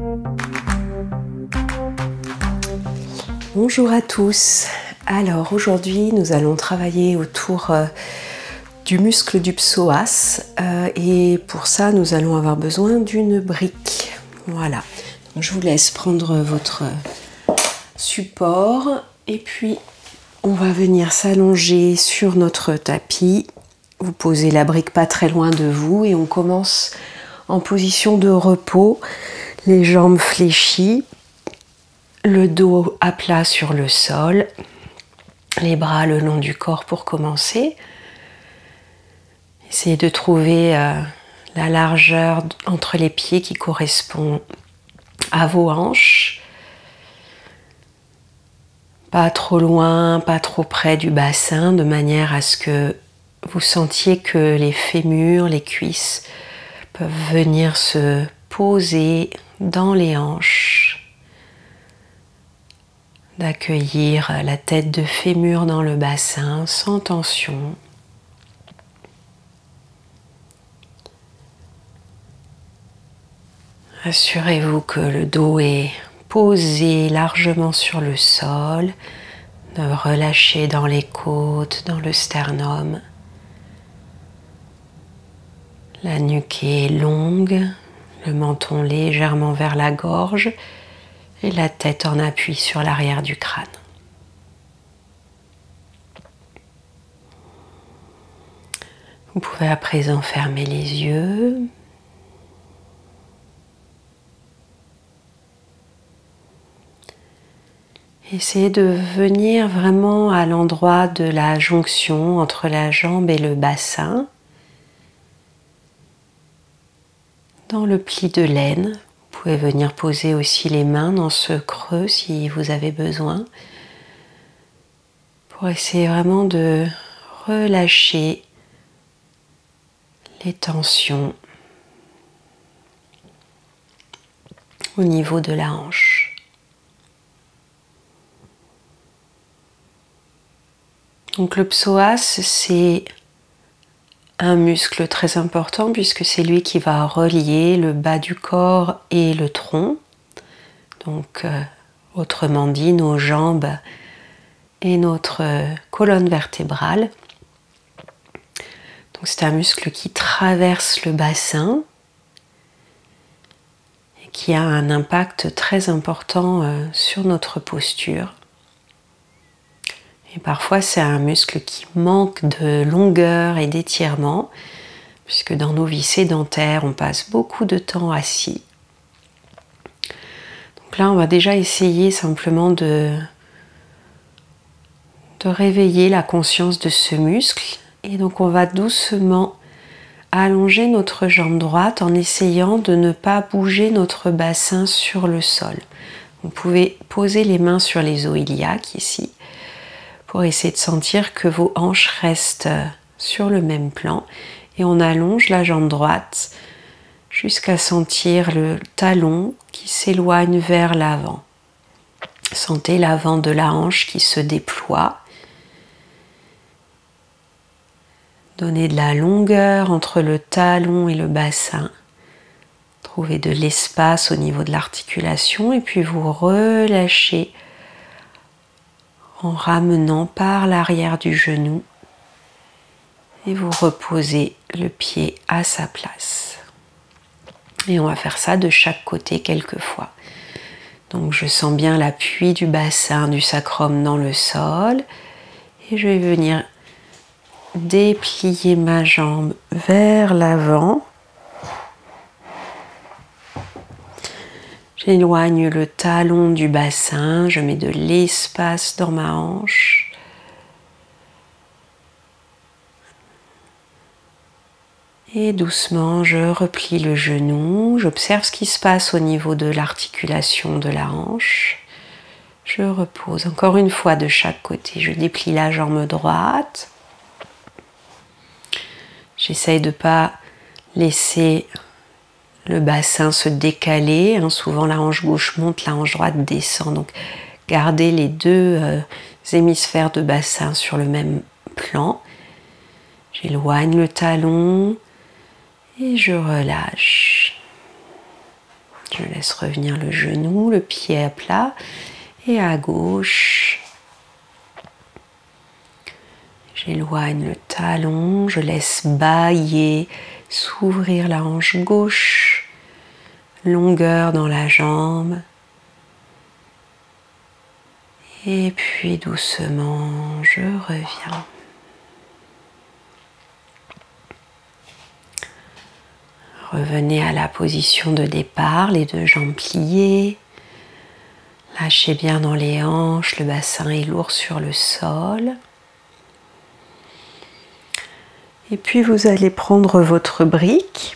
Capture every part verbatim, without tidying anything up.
Bonjour à tous. Alors aujourd'hui nous allons travailler autour euh, du muscle du psoas euh, et pour ça nous allons avoir besoin d'une brique. Voilà. Donc, je vous laisse prendre votre support et puis on va venir s'allonger sur notre tapis. Vous posez la brique pas très loin de vous et on commence en position de repos, les jambes fléchies. Le dos à plat sur le sol, les bras le long du corps pour commencer. Essayez de trouver euh, la largeur entre les pieds qui correspond à vos hanches. Pas trop loin, pas trop près du bassin, de manière à ce que vous sentiez que les fémurs, les cuisses peuvent venir se poser dans les hanches. D'accueillir la tête de fémur dans le bassin sans tension. Assurez-vous que le dos est posé largement sur le sol, de relâcher dans les côtes, dans le sternum. La nuque est longue, le menton légèrement vers la gorge. Et la tête en appui sur l'arrière du crâne. Vous pouvez à présent fermer les yeux. Essayez de venir vraiment à l'endroit de la jonction entre la jambe et le bassin. Dans le pli de l'aine. Vous pouvez venir poser aussi les mains dans ce creux si vous avez besoin pour essayer vraiment de relâcher les tensions au niveau de la hanche. Donc le psoas, c'est un muscle très important puisque c'est lui qui va relier le bas du corps et le tronc. Donc, euh, autrement dit, nos jambes et notre euh, colonne vertébrale. Donc, c'est un muscle qui traverse le bassin et qui a un impact très important euh, sur notre posture. Et parfois, c'est un muscle qui manque de longueur et d'étirement, puisque dans nos vies sédentaires, on passe beaucoup de temps assis. Donc là, on va déjà essayer simplement de, de réveiller la conscience de ce muscle. Et donc, on va doucement allonger notre jambe droite en essayant de ne pas bouger notre bassin sur le sol. Vous pouvez poser les mains sur les os iliaques ici, pour essayer de sentir que vos hanches restent sur le même plan et on allonge la jambe droite jusqu'à sentir le talon qui s'éloigne vers l'avant. Sentez l'avant de la hanche qui se déploie. Donnez de la longueur entre le talon et le bassin. Trouvez de l'espace au niveau de l'articulation et puis vous relâchez en ramenant par l'arrière du genou et vous reposez le pied à sa place. Et on va faire ça de chaque côté quelques fois. Donc je sens bien l'appui du bassin, du sacrum dans le sol et je vais venir déplier ma jambe vers l'avant. J'éloigne le talon du bassin, je mets de l'espace dans ma hanche. Et doucement, je replie le genou, j'observe ce qui se passe au niveau de l'articulation de la hanche. Je repose encore une fois de chaque côté, je déplie la jambe droite. J'essaye de ne pas laisser le bassin se décaler, hein, souvent la hanche gauche monte, la hanche droite descend, donc gardez les deux euh, hémisphères de bassin sur le même plan. J'éloigne le talon et je relâche. Je je laisse revenir le genou, le pied à plat. Et à gauche, j'éloigne le talon, je laisse bâiller, s'ouvrir la hanche gauche, longueur dans la jambe. Et puis doucement, je reviens. Revenez à la position de départ, les deux jambes pliées. Lâchez bien dans les hanches, le bassin est lourd sur le sol. Et puis vous allez prendre votre brique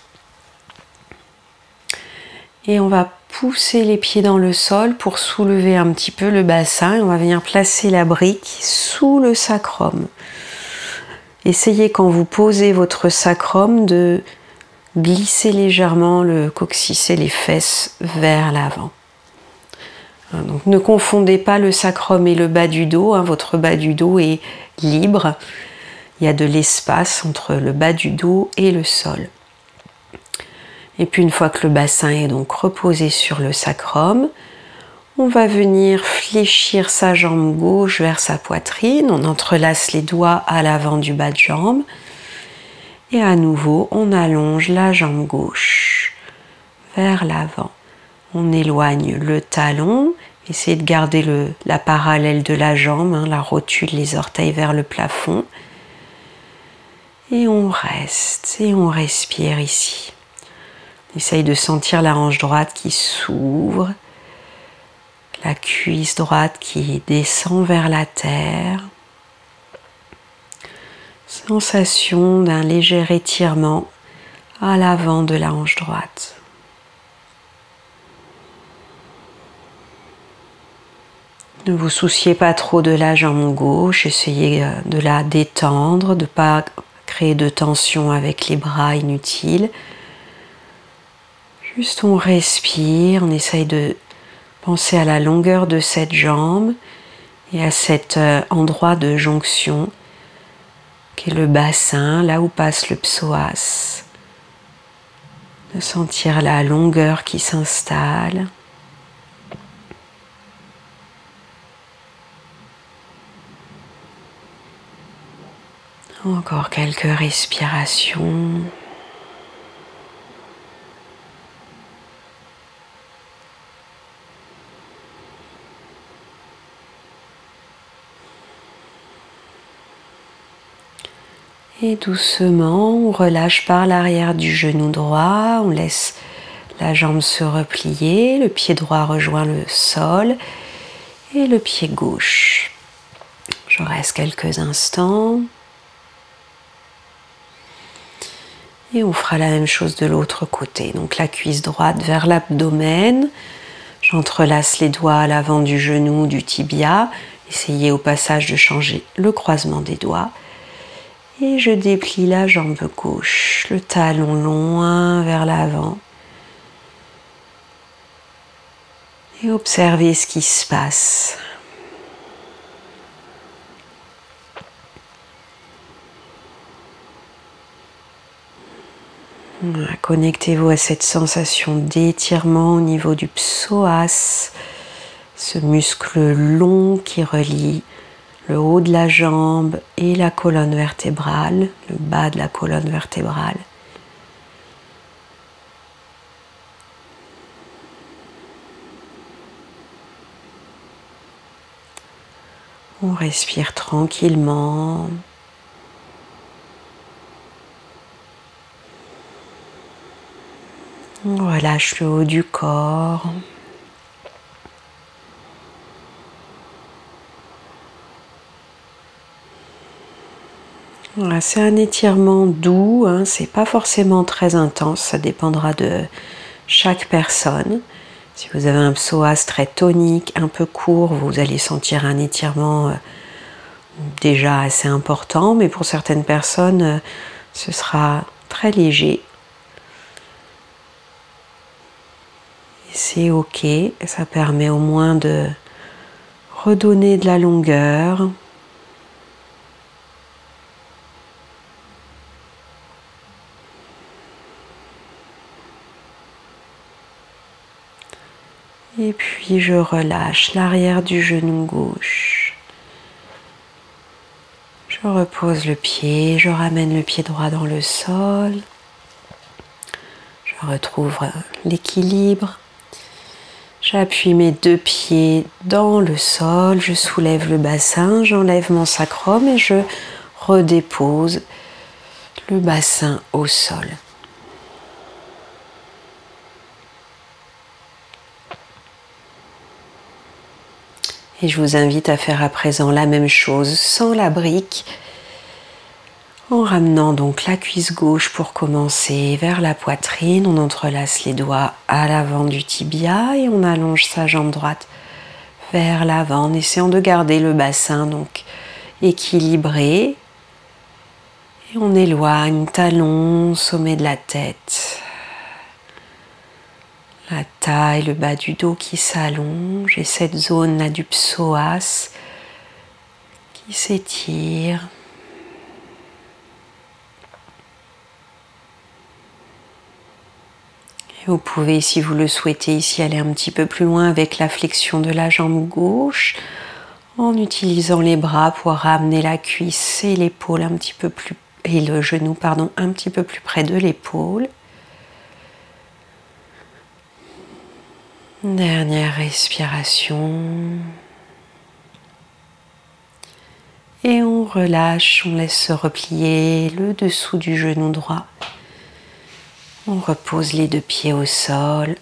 et on va pousser les pieds dans le sol pour soulever un petit peu le bassin et on va venir placer la brique sous le sacrum. Essayez quand vous posez votre sacrum de glisser légèrement le coccyx et les fesses vers l'avant. Donc ne confondez pas le sacrum et le bas du dos, hein, votre bas du dos est libre, il y a de l'espace entre le bas du dos et le sol. Et puis une fois que le bassin est donc reposé sur le sacrum, on va venir fléchir sa jambe gauche vers sa poitrine, on entrelace les doigts à l'avant du bas de jambe. Et à nouveau, on allonge la jambe gauche vers l'avant. On éloigne le talon, essayez de garder le, la parallèle de la jambe, hein, la rotule, les orteils vers le plafond. Et on reste et on respire ici. On essaye de sentir la hanche droite qui s'ouvre, la cuisse droite qui descend vers la terre. Sensation d'un léger étirement à l'avant de la hanche droite. Ne vous souciez pas trop de la jambe gauche, essayez de la détendre, de ne pas créer de tension avec les bras inutiles. Juste on respire, on essaye de penser à la longueur de cette jambe et à cet endroit de jonction qui est le bassin, là où passe le psoas. De sentir la longueur qui s'installe. Encore quelques respirations. Et doucement, on relâche par l'arrière du genou droit, on laisse la jambe se replier, le pied droit rejoint le sol et le pied gauche. Je reste quelques instants. Et on fera la même chose de l'autre côté. Donc la cuisse droite vers l'abdomen. J'entrelace les doigts à l'avant du genou, du tibia. Essayez au passage de changer le croisement des doigts. Et je déplie la jambe gauche, le talon loin vers l'avant. Et observez ce qui se passe. Connectez-vous à cette sensation d'étirement au niveau du psoas, ce muscle long qui relie le haut de la jambe et la colonne vertébrale, le bas de la colonne vertébrale. On respire tranquillement. On relâche le haut du corps. Voilà, c'est un étirement doux, hein, c'est pas forcément très intense, ça dépendra de chaque personne. Si vous avez un psoas très tonique, un peu court, vous allez sentir un étirement euh, déjà assez important, mais pour certaines personnes, euh, ce sera très léger. Et c'est ok, ça permet au moins de redonner de la longueur. Et puis je relâche l'arrière du genou gauche. Je repose le pied, je ramène le pied droit dans le sol. Je retrouve l'équilibre. J'appuie mes deux pieds dans le sol, je soulève le bassin, j'enlève mon sacrum et je redépose le bassin au sol. Et je vous invite à faire à présent la même chose sans la brique, en ramenant donc la cuisse gauche pour commencer vers la poitrine. On entrelace les doigts à l'avant du tibia et on allonge sa jambe droite vers l'avant en essayant de garder le bassin donc équilibré. Et on éloigne talon, sommet de la tête. La taille, le bas du dos qui s'allonge et cette zone là du psoas qui s'étire. Et vous pouvez, si vous le souhaitez, ici aller un petit peu plus loin avec la flexion de la jambe gauche en utilisant les bras pour ramener la cuisse et l'épaule un petit peu plus et le genou pardon un petit peu plus près de l'épaule. Dernière respiration. Et on relâche, on laisse se replier le dessous du genou droit. On repose les deux pieds au sol.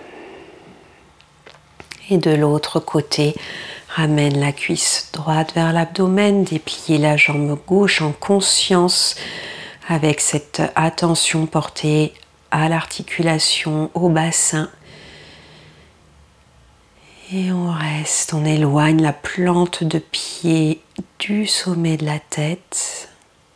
Et de l'autre côté, ramène la cuisse droite vers l'abdomen, dépliez la jambe gauche en conscience avec cette attention portée à l'articulation, au bassin. Et on reste, on éloigne la plante de pied du sommet de la tête.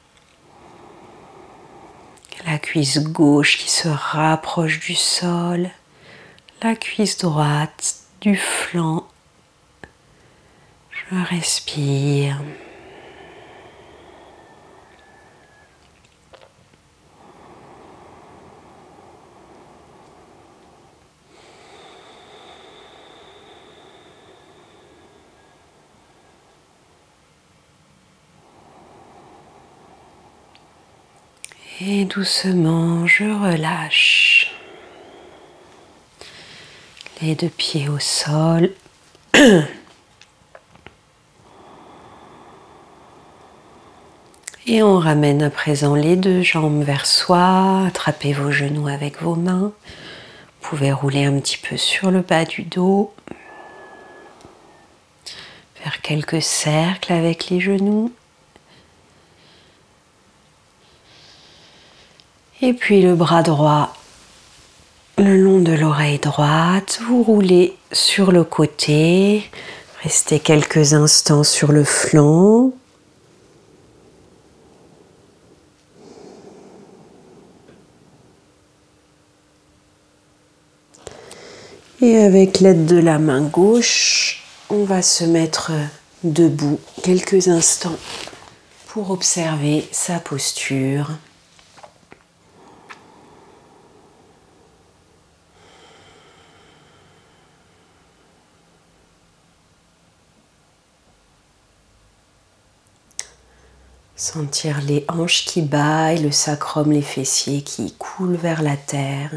La cuisse gauche qui se rapproche du sol. La cuisse droite du flanc. Je respire. Et doucement, je relâche les deux pieds au sol. Et on ramène à présent les deux jambes vers soi. Attrapez vos genoux avec vos mains. Vous pouvez rouler un petit peu sur le bas du dos. Faire quelques cercles avec les genoux. Et puis le bras droit le long de l'oreille droite, vous roulez sur le côté, restez quelques instants sur le flanc. Et avec l'aide de la main gauche, on va se mettre debout quelques instants pour observer sa posture. Sentir les hanches qui bâillent, le sacrum, les fessiers qui coulent vers la terre.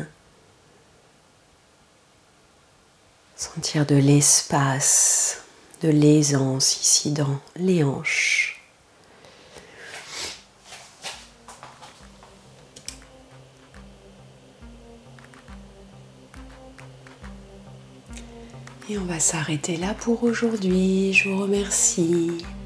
Sentir de l'espace, de l'aisance ici dans les hanches. Et on va s'arrêter là pour aujourd'hui. Je vous remercie.